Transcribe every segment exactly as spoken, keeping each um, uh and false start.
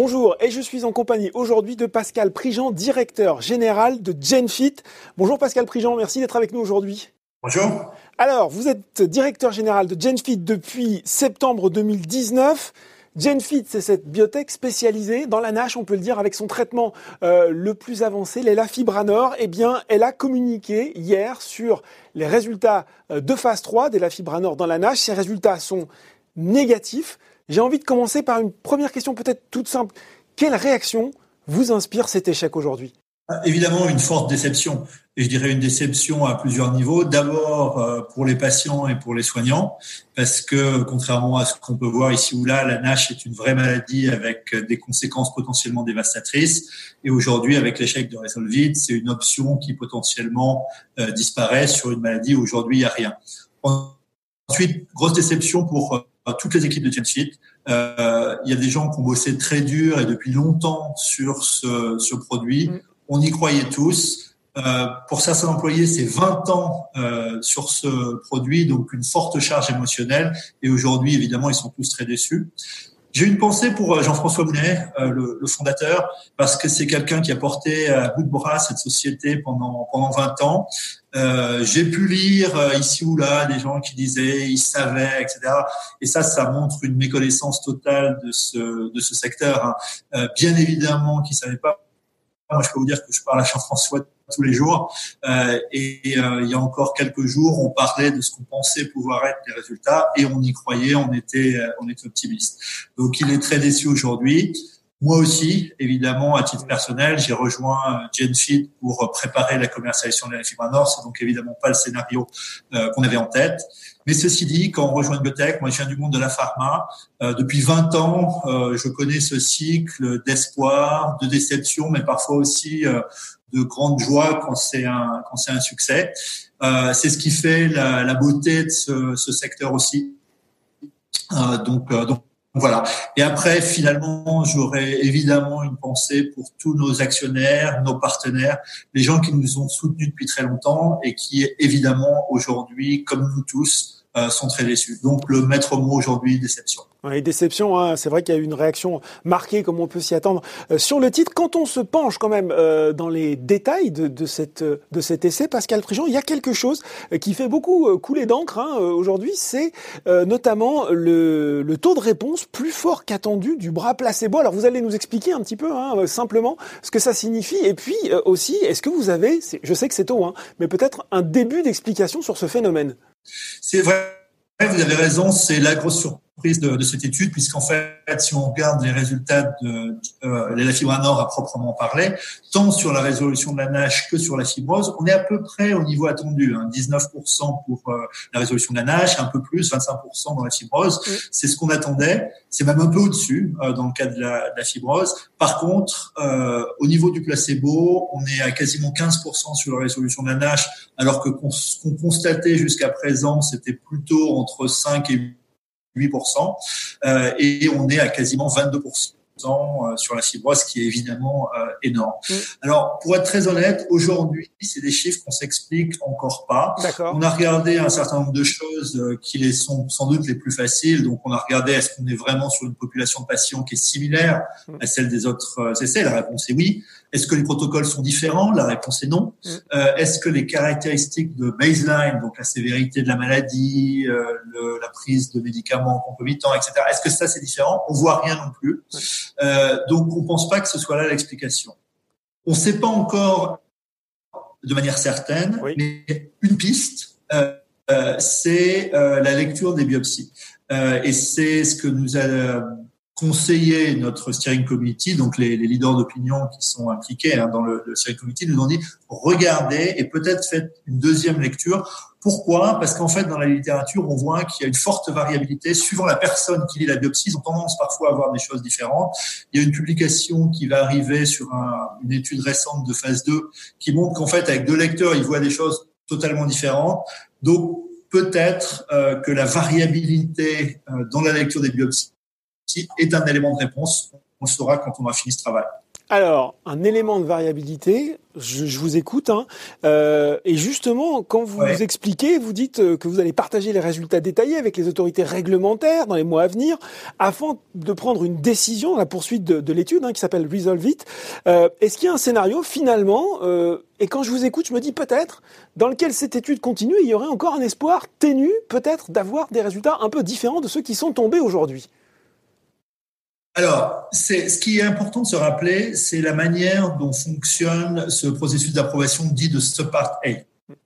Bonjour, et je suis en compagnie aujourd'hui de Pascal Prigent, directeur général de Genfit. Bonjour Pascal Prigent, merci d'être avec nous aujourd'hui. Bonjour. Alors, vous êtes directeur général de Genfit depuis septembre deux mille dix-neuf. Genfit, c'est cette biotech spécialisée dans la NASH, on peut le dire, avec son traitement euh, le plus avancé, l'Elafibranor. Eh bien, elle a communiqué hier sur les résultats de phase trois d'Elafibranor dans la NASH. Ces résultats sont négatifs. J'ai envie de commencer par une première question peut-être toute simple. Quelle réaction vous inspire cet échec aujourd'hui ? Évidemment, une forte déception. Et je dirais une déception à plusieurs niveaux. D'abord, euh, pour les patients et pour les soignants, parce que contrairement à ce qu'on peut voir ici ou là, la NASH est une vraie maladie avec des conséquences potentiellement dévastatrices. Et aujourd'hui, avec l'échec de Resolve-it, c'est une option qui potentiellement euh, disparaît sur une maladie où aujourd'hui il n'y a rien. Ensuite, grosse déception pour euh, toutes les équipes de Genfit. Euh, il y a des gens qui ont bossé très dur et depuis longtemps sur ce, ce produit. Mmh. On y croyait tous. Euh, pour certains employés, c'est vingt ans euh, sur ce produit, donc une forte charge émotionnelle. Et aujourd'hui, évidemment, ils sont tous très déçus. J'ai une pensée pour Jean-François Mounet, euh, le, le fondateur, parce que c'est quelqu'un qui a porté à bout de bras cette société pendant pendant vingt ans. Euh, j'ai pu lire euh, ici ou là des gens qui disaient ils savaient, et cetera. Et ça, ça montre une méconnaissance totale de ce de ce secteur. Hein. Euh, bien évidemment, qu'ils savaient pas. Moi, je peux vous dire que je parle à Jean-François tous les jours. Euh, et euh, il y a encore quelques jours, on parlait de ce qu'on pensait pouvoir être les résultats et on y croyait, on était, on était optimiste. Donc, il est très déçu aujourd'hui. Moi aussi, évidemment, à titre personnel, j'ai rejoint Genfit pour préparer la commercialisation de l'Elafibranor. C'est donc évidemment pas le scénario euh, qu'on avait en tête. Mais ceci dit, quand on rejoint une biotech, moi je viens du monde de la pharma, euh, depuis vingt ans, euh, je connais ce cycle d'espoir, de déception, mais parfois aussi euh, de grande joie quand c'est un quand c'est un succès. Euh, c'est ce qui fait la, la beauté de ce, ce secteur aussi. Euh, donc, euh, donc voilà. Et après, finalement, j'aurais évidemment une pensée pour tous nos actionnaires, nos partenaires, les gens qui nous ont soutenus depuis très longtemps et qui, évidemment, aujourd'hui, comme nous tous, euh, sont très déçus. Donc, le maître mot aujourd'hui, déception. Oui, déception, hein. C'est vrai qu'il y a eu une réaction marquée, comme on peut s'y attendre, euh, sur le titre. Quand on se penche quand même euh, dans les détails de, de, cette, de cet essai, Pascal Prigent, il y a quelque chose qui fait beaucoup euh, couler d'encre hein, aujourd'hui, c'est euh, notamment le, le taux de réponse plus fort qu'attendu du bras placebo. Alors vous allez nous expliquer un petit peu hein, simplement ce que ça signifie, et puis euh, aussi, est-ce que vous avez, c'est, je sais que c'est tôt, hein, mais peut-être un début d'explication sur ce phénomène? C'est vrai, vous avez raison, c'est la grosse surprise de, de cette étude, puisqu'en fait, si on regarde les résultats de euh, l'Elafibranor à proprement parler, tant sur la résolution de la NASH que sur la fibrose, on est à peu près au niveau attendu, hein, dix-neuf pour cent pour euh, la résolution de la NASH, un peu plus, vingt-cinq pour cent dans la fibrose. Oui. C'est ce qu'on attendait. C'est même un peu au-dessus euh, dans le cas de la, de la fibrose. Par contre, euh, au niveau du placebo, on est à quasiment quinze pour cent sur la résolution de la NASH, alors que ce qu'on constatait jusqu'à présent, c'était plutôt entre cinq et huit pour cent, euh, et on est à quasiment vingt-deux pour cent sur la fibrose, ce qui est évidemment euh, énorme. Mmh. Alors, pour être très honnête, aujourd'hui, c'est des chiffres qu'on s'explique encore pas. D'accord. On a regardé un certain nombre de choses euh, qui sont sans doute les plus faciles. Donc, on a regardé est-ce qu'on est vraiment sur une population de patients qui est similaire mmh. à celle des autres euh, essais. La réponse est oui. Est-ce que les protocoles sont différents? La réponse est non. Mmh. Euh, est-ce que les caractéristiques de baseline, donc la sévérité de la maladie, euh, le, la prise de médicaments concomitants, et cetera, est-ce que ça c'est différent? On voit rien non plus. Mmh. Euh, donc on pense pas que ce soit là l'explication. On ne sait pas encore de manière certaine, oui. mais une piste, euh, euh, c'est euh, la lecture des biopsies. Euh, et c'est ce que nous a euh, conseillé notre steering committee, donc les, les leaders d'opinion qui sont impliqués hein, dans le, le steering committee, nous ont dit regardez et peut-être faites une deuxième lecture. Pourquoi? Parce qu'en fait, dans la littérature, on voit qu'il y a une forte variabilité suivant la personne qui lit la biopsie. Ils ont tendance parfois à voir des choses différentes. Il y a une publication qui va arriver sur un, une étude récente de phase deux qui montre qu'en fait, avec deux lecteurs, ils voient des choses totalement différentes. Donc, peut-être euh, que la variabilité euh, dans la lecture des biopsies est un élément de réponse. On le saura quand on aura fini ce travail. Alors, un élément de variabilité, je, je vous écoute, hein, euh, et justement, quand vous Ouais. vous expliquez, vous dites que vous allez partager les résultats détaillés avec les autorités réglementaires dans les mois à venir, afin de prendre une décision dans la poursuite de, de l'étude, hein, qui s'appelle Resolve It. Euh, est-ce qu'il y a un scénario, finalement, euh, et quand je vous écoute, je me dis peut-être, dans lequel cette étude continue, il y aurait encore un espoir ténu, peut-être, d'avoir des résultats un peu différents de ceux qui sont tombés aujourd'hui? Alors, c'est, ce qui est important de se rappeler, c'est la manière dont fonctionne ce processus d'approbation dit de Subpart A.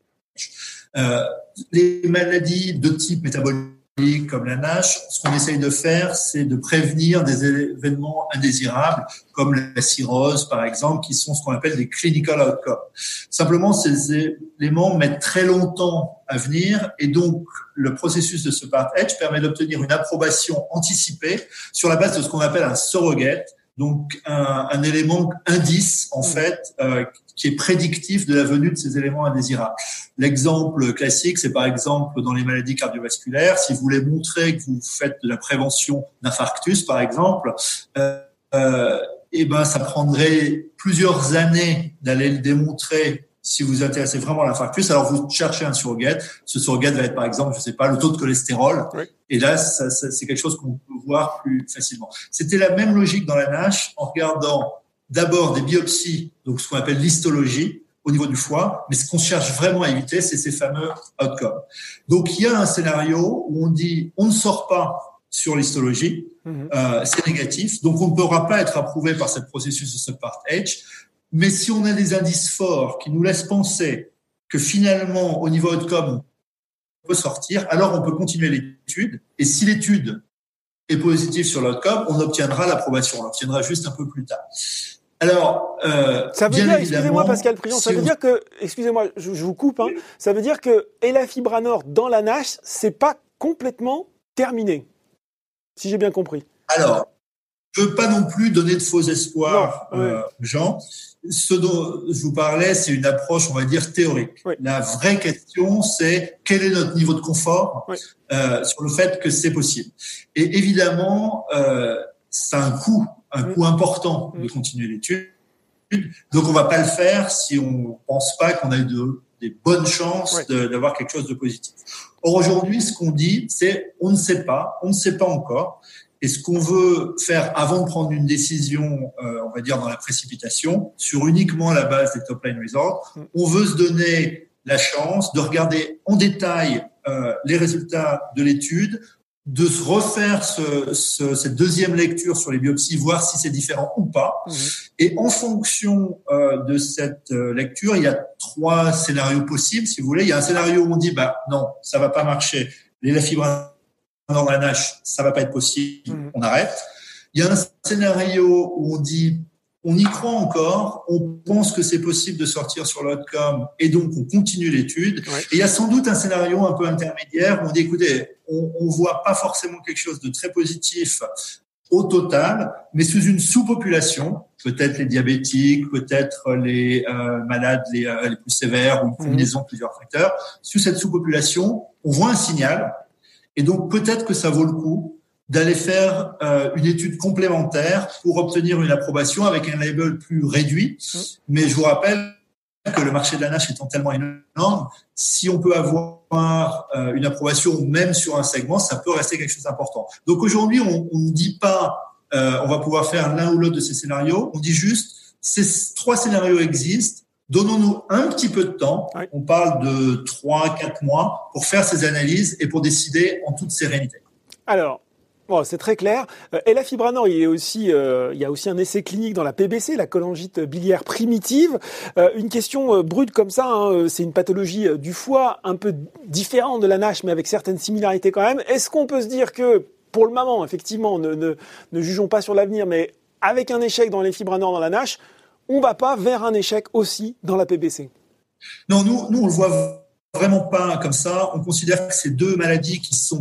Euh, les maladies de type métabolique comme la NASH, ce qu'on essaye de faire, c'est de prévenir des événements indésirables comme la cirrhose, par exemple, qui sont ce qu'on appelle des clinical outcomes. Simplement, ces éléments mettent très longtemps à venir et donc le processus de Subpart H permet d'obtenir une approbation anticipée sur la base de ce qu'on appelle un surrogate, donc un, un élément indice en fait euh, qui est prédictif de la venue de ces éléments indésirables. L'exemple classique, c'est par exemple dans les maladies cardiovasculaires, si vous voulez montrer que vous faites de la prévention d'infarctus, par exemple, euh, euh, et ben ça prendrait plusieurs années d'aller le démontrer. Si vous vous intéressez vraiment à l'infarctus, alors vous cherchez un surrogate. Ce surrogate va être, par exemple, je sais pas, le taux de cholestérol. Oui. Et là, ça, ça, c'est quelque chose qu'on peut voir plus facilement. C'était la même logique dans la NASH en regardant d'abord des biopsies, donc ce qu'on appelle l'histologie au niveau du foie. Mais ce qu'on cherche vraiment à éviter, c'est ces fameux outcomes. Donc, il y a un scénario où on dit, on ne sort pas sur l'histologie, mmh. euh, c'est négatif. Donc, on ne pourra pas être approuvé par ce processus de Subpart H. Mais si on a des indices forts qui nous laissent penser que finalement, au niveau outcome, on peut sortir, alors on peut continuer l'étude. Et si l'étude est positive sur l'outcome, on obtiendra l'approbation. On l'obtiendra juste un peu plus tard. Alors, euh, ça veut bien dire, évidemment, excusez-moi Pascal Prigent, si ça veut on... dire que, excusez-moi, je, je vous coupe, hein, ça veut dire que elafibranor dans la NASH, c'est pas complètement terminé, si j'ai bien compris. Alors, je veux pas non plus donner de faux espoirs, non, euh, oui. Jean. Ce dont je vous parlais, c'est une approche, on va dire, théorique. Oui. La vraie question, c'est quel est notre niveau de confort oui. euh, sur le fait que c'est possible. Et évidemment, euh, ça a un coût, un mmh. coût important mmh. de continuer l'étude. Donc, on va pas le faire si on pense pas qu'on a eu de, des bonnes chances oui. de, d'avoir quelque chose de positif. Or, aujourd'hui, ce qu'on dit, c'est on ne sait pas, on ne sait pas encore. Et ce qu'on veut faire avant de prendre une décision, euh, on va dire dans la précipitation, sur uniquement la base des top-line results, on veut se donner la chance de regarder en détail euh, les résultats de l'étude, de se refaire ce, ce, cette deuxième lecture sur les biopsies, voir si c'est différent ou pas. Mmh. Et en fonction euh, de cette euh, lecture, il y a trois scénarios possibles, si vous voulez. Il y a un scénario où on dit, bah non, ça va pas marcher. L'élafibranor dans la NASH, ça va pas être possible, mmh. on arrête. Il y a un scénario où on dit, on y croit encore, on pense que c'est possible de sortir sur l'outcome et donc on continue l'étude. Ouais. Et il y a sans doute un scénario un peu intermédiaire où on dit, écoutez, on, on voit pas forcément quelque chose de très positif au total, mais sous une sous-population, peut-être les diabétiques, peut-être les euh, malades les, euh, les plus sévères ou une combinaison mmh. de plusieurs facteurs. Sous cette sous-population, on voit un signal. Et donc, peut-être que ça vaut le coup d'aller faire euh, une étude complémentaire pour obtenir une approbation avec un label plus réduit. Mmh. Mais je vous rappelle que le marché de la NASH étant tellement énorme, si on peut avoir euh, une approbation même sur un segment, ça peut rester quelque chose d'important. Donc, aujourd'hui, on, on ne dit pas euh, on va pouvoir faire l'un ou l'autre de ces scénarios. On dit juste ces trois scénarios existent. Donnons-nous un petit peu de temps, oui. on parle de trois, quatre mois, pour faire ces analyses et pour décider en toute sérénité. Alors, bon, c'est très clair. Euh, elafibranor, il, est aussi, euh, il y a aussi un essai clinique dans la P B C, la cholangite biliaire primitive. Euh, une question euh, brute comme ça, hein, c'est une pathologie euh, du foie un peu différente de la NASH, mais avec certaines similarités quand même. Est-ce qu'on peut se dire que, pour le moment, effectivement, ne, ne, ne jugeons pas sur l'avenir, mais avec un échec dans l'elafibranor dans la NASH, on ne va pas vers un échec aussi dans la P B C? Non, nous, nous on ne le voit vraiment pas comme ça. On considère que ces deux maladies qui sont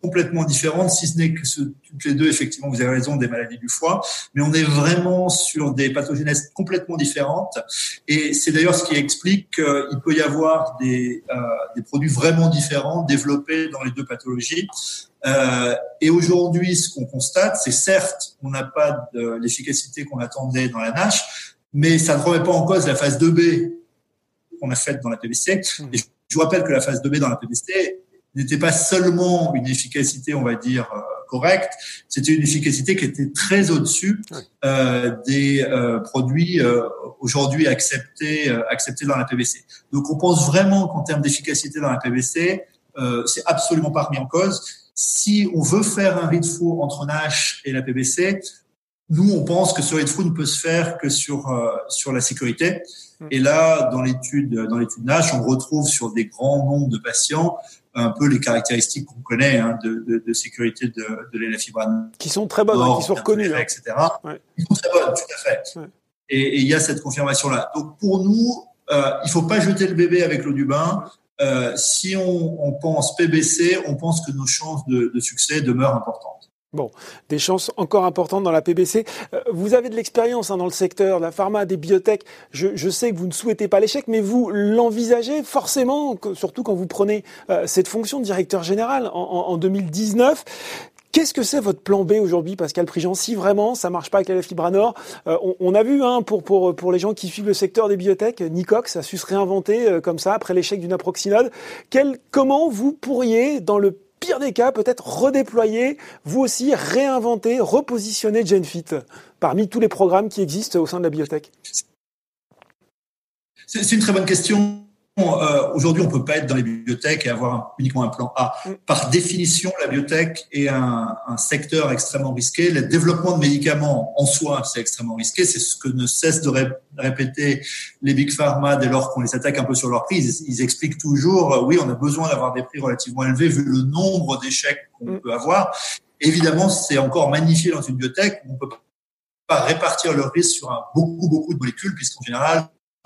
complètement différentes, si ce n'est que ce, toutes les deux, effectivement, vous avez raison, des maladies du foie, mais on est vraiment sur des pathogénèses complètement différentes. Et c'est d'ailleurs ce qui explique qu'il peut y avoir des, euh, des produits vraiment différents développés dans les deux pathologies. Euh, et aujourd'hui, ce qu'on constate, c'est certes, on n'a pas de l'efficacité qu'on attendait dans la NASH, mais ça ne remet pas en cause la phase deux B qu'on a faite dans la P B C. Et je vous rappelle que la phase deux B dans la P B C n'était pas seulement une efficacité, on va dire, euh, correcte, c'était une efficacité qui était très au-dessus euh, des euh, produits euh, aujourd'hui acceptés, euh, acceptés dans la P B C. Donc, on pense vraiment qu'en termes d'efficacité dans la P B C, euh, c'est absolument pas remis en cause. Si on veut faire un read-through entre NASH et la P B C, nous, on pense que ce read-through ne peut se faire que sur euh, sur la sécurité. Et là, dans l'étude dans l'étude NASH, on retrouve sur des grands nombres de patients un peu les caractéristiques qu'on connaît hein, de, de, de sécurité de, de l'élafibranor. Qui sont très bonnes, hein, qui sont reconnues. Hein. et cetera. Ouais. Qui sont très bonnes, tout à fait. Ouais. Et il y a cette confirmation-là. Donc, pour nous, euh, il ne faut pas jeter le bébé avec l'eau du bain. Euh, si on, on pense P B C, on pense que nos chances de, de succès demeurent importantes. Bon, des chances encore importantes dans la P B C. Euh, vous avez de l'expérience hein, dans le secteur de la pharma, des biotech. Je, je sais que vous ne souhaitez pas l'échec, mais vous l'envisagez forcément, que, surtout quand vous prenez euh, cette fonction de directeur général en, en, en deux mille dix-neuf. Qu'est-ce que c'est votre plan B aujourd'hui, Pascal Prigent? Si vraiment ça marche pas avec l'élafibranor, euh, on, on a vu hein, pour pour pour les gens qui suivent le secteur des biotech, Nicox a su se réinventer euh, comme ça après l'échec du naproxenol. Quel, comment vous pourriez dans le pire des cas, peut-être redéployer, vous aussi réinventer, repositionner GenFit parmi tous les programmes qui existent au sein de la biotech? C'est, c'est une très bonne question. Euh, aujourd'hui, on ne peut pas être dans les biotech et avoir un, uniquement un plan A. Par définition, la biotech est un, un secteur extrêmement risqué. Le développement de médicaments en soi, c'est extrêmement risqué. C'est ce que ne cessent de ré- répéter les big pharma dès lors qu'on les attaque un peu sur leur prix. Ils, ils expliquent toujours, euh, oui, on a besoin d'avoir des prix relativement élevés vu le nombre d'échecs qu'on mm. peut avoir. Évidemment, c'est encore magnifié dans une biotech où on ne peut pas répartir le risque sur un, beaucoup, beaucoup de molécules puisqu'en général,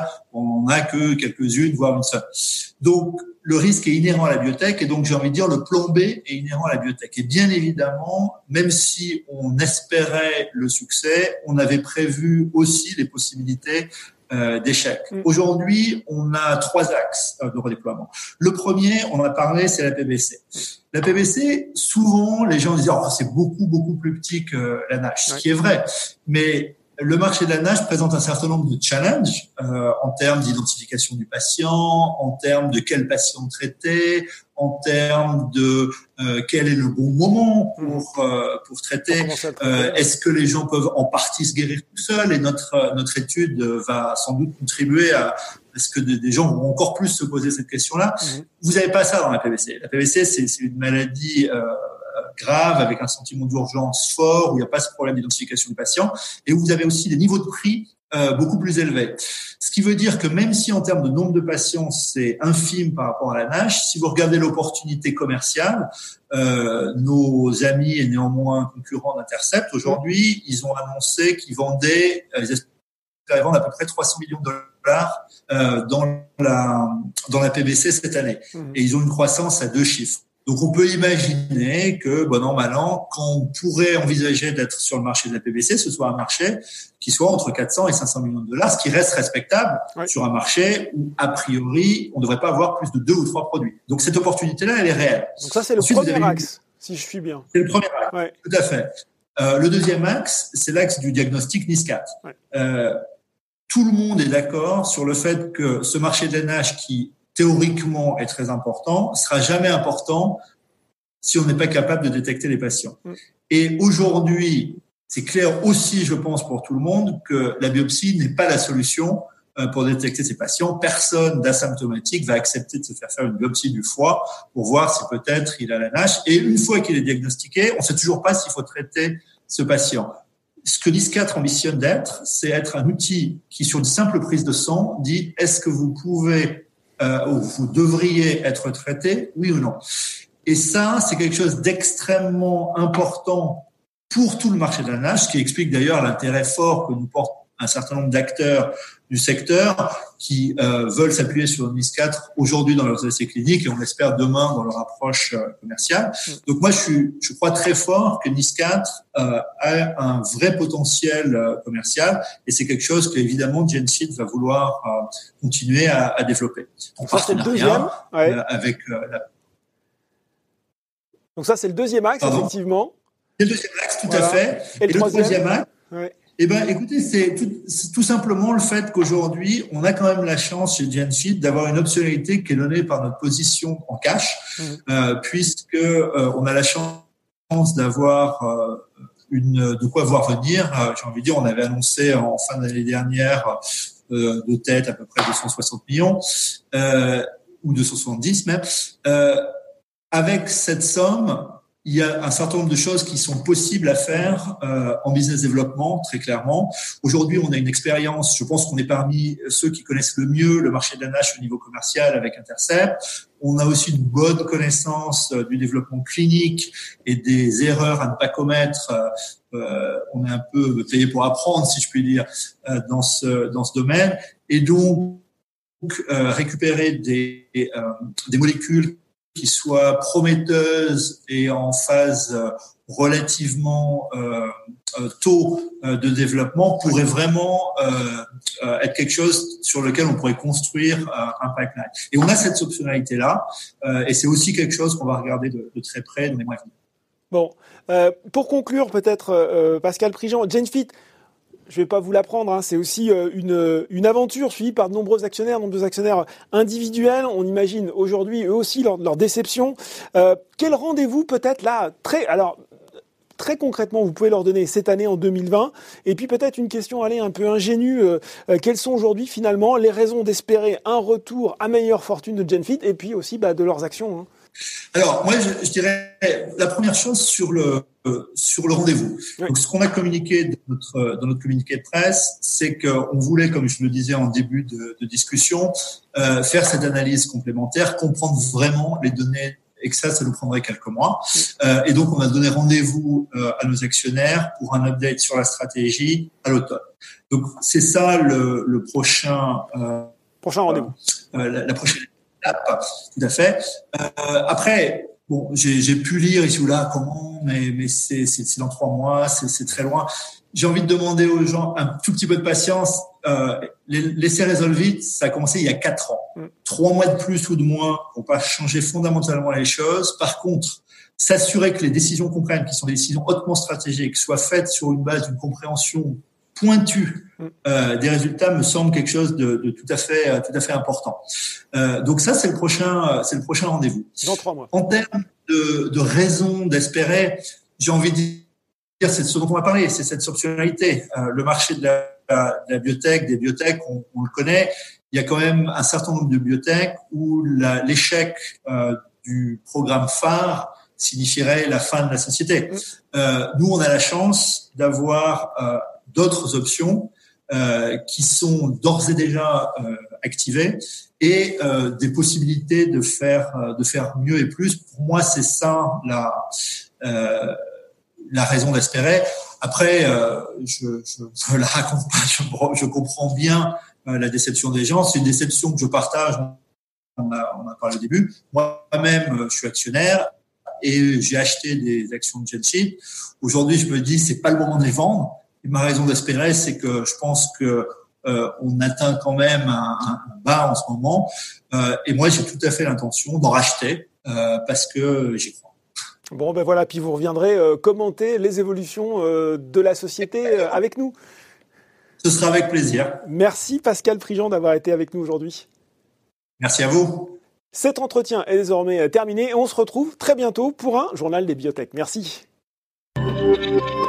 on n'a que quelques-unes, voire une seule. Donc, le risque est inhérent à la biotech et donc, j'ai envie de dire, le plan B est inhérent à la biotech. Et bien évidemment, même si on espérait le succès, on avait prévu aussi les possibilités euh, d'échec. Mmh. Aujourd'hui, on a trois axes de redéploiement. Le premier, on en a parlé, c'est la P B C. La P B C, souvent, les gens disent oh, c'est beaucoup, beaucoup plus petit que la NASH, ouais. Ce qui est vrai. Mais le marché de la NASH présente un certain nombre de challenges euh, en termes d'identification du patient, en termes de quel patient traiter, en termes de euh, quel est le bon moment pour euh, pour traiter. Euh, est-ce que les gens peuvent en partie se guérir tout seuls? Et notre notre étude va sans doute contribuer à est-ce que des gens vont encore plus se poser cette question-là. Mmh. Vous n'avez pas ça dans la P B C. La P B C, c'est, c'est une maladie euh, grave, avec un sentiment d'urgence fort, où il n'y a pas ce problème d'identification du patient, et où vous avez aussi des niveaux de prix euh, beaucoup plus élevés. Ce qui veut dire que même si en termes de nombre de patients, c'est infime par rapport à la NASH, si vous regardez l'opportunité commerciale, euh, nos amis et néanmoins concurrents d'Intercept, aujourd'hui, ils ont annoncé qu'ils vendaient, ils espéraient vendre à peu près trois cents millions de dollars euh, dans la, dans la P B C cette année. Mmh. Et ils ont une croissance à deux chiffres. Donc, on peut imaginer que, bon an, mal an, quand on pourrait envisager d'être sur le marché de la P B C, ce soit un marché qui soit entre quatre cents et cinq cents millions de dollars, ce qui reste respectable oui. sur un marché où, a priori, on ne devrait pas avoir plus de deux ou trois produits. Donc, cette opportunité-là, elle est réelle. Donc, ça, c'est le Ensuite, premier axe, une... si je suis bien. C'est le premier axe, ouais. Tout à fait. Euh, le deuxième axe, c'est l'axe du diagnostic N I S quatre. Ouais. Euh, tout le monde est d'accord sur le fait que ce marché de la NASH qui théoriquement est très important, sera jamais important si on n'est pas capable de détecter les patients. Mm. Et aujourd'hui, c'est clair aussi, je pense, pour tout le monde, que la biopsie n'est pas la solution pour détecter ces patients. Personne d'asymptomatique va accepter de se faire faire une biopsie du foie pour voir si peut-être il a la NASH. Et une fois qu'il est diagnostiqué, on ne sait toujours pas s'il faut traiter ce patient. Ce que N I S quatre ambitionne d'être, c'est être un outil qui, sur une simple prise de sang, dit est-ce que vous pouvez Euh, où vous devriez être traité, oui ou non. Et ça, c'est quelque chose d'extrêmement important pour tout le marché de la NASH, ce qui explique d'ailleurs l'intérêt fort que nous porte un certain nombre d'acteurs du secteur qui euh, veulent s'appuyer sur Nice quatre aujourd'hui dans leurs essais cliniques et on l'espère demain dans leur approche euh, commerciale. Donc moi, je, suis, je crois très fort que Nice quatre euh, a un vrai potentiel euh, commercial et c'est quelque chose que évidemment GenFit va vouloir euh, continuer à, à développer. En ça, c'est le deuxième, ouais. euh, avec euh, la... Donc ça, c'est le deuxième axe, Pardon. effectivement. C'est le deuxième axe, tout voilà. à fait. Et, et le, le troisième, troisième axe, ouais. Eh ben, écoutez, c'est tout, c'est tout simplement le fait qu'aujourd'hui, on a quand même la chance chez GenFit d'avoir une optionnalité qui est donnée par notre position en cash, mmh. euh, puisque euh, on a la chance d'avoir euh, une de quoi voir venir. Euh, j'ai envie de dire, on avait annoncé en fin d'année dernière euh, de tête à peu près deux cent soixante millions euh, ou deux cent soixante-dix même. Euh, avec cette somme, il y a un certain nombre de choses qui sont possibles à faire euh, en business développement, très clairement. Aujourd'hui, on a une expérience, je pense qu'on est parmi ceux qui connaissent le mieux le marché de la N A S H au niveau commercial avec Intercept. On a aussi une bonne connaissance euh, du développement clinique et des erreurs à ne pas commettre. Euh, on est un peu payé pour apprendre, si je puis dire, euh, dans ce dans ce domaine. Et donc, euh, récupérer des, euh, des molécules qui soit prometteuse et en phase euh, relativement euh, euh, tôt euh, de développement pourrait vraiment euh, euh, être quelque chose sur lequel on pourrait construire euh, un pipeline. Et on a cette optionnalité-là euh, et c'est aussi quelque chose qu'on va regarder de, de très près dans les mois à venir. Bon, euh, pour conclure peut-être, euh, Pascal Prigent, GenFit, je vais pas vous l'apprendre, hein, c'est aussi euh, une, une aventure suivie par de nombreux actionnaires, nombreux actionnaires individuels. On imagine aujourd'hui eux aussi leur, leur déception. Euh, quel rendez-vous peut-être là, très, alors très concrètement, vous pouvez leur donner cette année en deux mille vingt. Et puis peut-être une question, allez, un peu ingénue. Euh, euh, quelles sont aujourd'hui finalement les raisons d'espérer un retour à meilleure fortune de GenFit et puis aussi bah, de leurs actions, hein. Alors, moi, je, je dirais la première chose sur le euh, sur le rendez-vous. Oui. Donc, ce qu'on a communiqué dans notre dans notre communiqué de presse, c'est qu'on voulait, comme je le disais en début de, de discussion, euh, faire cette analyse complémentaire, comprendre vraiment les données. Et que ça, ça nous prendrait quelques mois. Euh, et donc, on a donné rendez-vous euh, à nos actionnaires pour un update sur la stratégie à l'automne. Donc, c'est ça le, le prochain euh, prochain rendez-vous. Euh, la, la prochaine. Tout à fait. Euh, après, bon, j'ai, j'ai pu lire ici ou là comment, mais, mais c'est, c'est, c'est dans trois mois, c'est, c'est très loin. J'ai envie de demander aux gens un tout petit peu de patience. Euh, laisser Resolvit, ça a commencé il y a quatre ans. Mm. Trois mois de plus ou de moins vont pas changer fondamentalement les choses. Par contre, s'assurer que les décisions qu'on prenne, qui sont des décisions hautement stratégiques, soient faites sur une base d'une compréhension pointu euh, des résultats me semble quelque chose de, de tout à fait tout à fait important. Euh, donc ça c'est le prochain c'est le prochain rendez-vous. Dans trois mois. En termes de, de raisons d'espérer, j'ai envie de dire c'est ce dont on va parler, c'est cette optionnalité. Euh, le marché de la, de la biotech, des biotech, on, on le connaît. Il y a quand même un certain nombre de biotech où la, l'échec euh, du programme phare signifierait la fin de la société. Euh, nous on a la chance d'avoir euh, d'autres options euh, qui sont d'ores et déjà euh, activées et euh, des possibilités de faire euh, de faire mieux et plus. Pour moi, c'est ça la euh, la raison d'espérer. Après, euh, je, je je la raconte pas. Je, je comprends bien euh, la déception des gens. C'est une déception que je partage. On a on a parlé au début. Moi-même, je suis actionnaire et j'ai acheté des actions de GenFit. Aujourd'hui, je me dis c'est pas le moment de les vendre. Et ma raison d'espérer, c'est que je pense que euh, on atteint quand même un, un bas en ce moment. Euh, et moi, j'ai tout à fait l'intention d'en racheter euh, parce que j'y crois. Bon, ben voilà. Puis vous reviendrez euh, commenter les évolutions euh, de la société euh, avec nous. Ce sera avec plaisir. Merci Pascal Prigent d'avoir été avec nous aujourd'hui. Merci à vous. Cet entretien est désormais terminé et on se retrouve très bientôt pour un journal des biotech. Merci.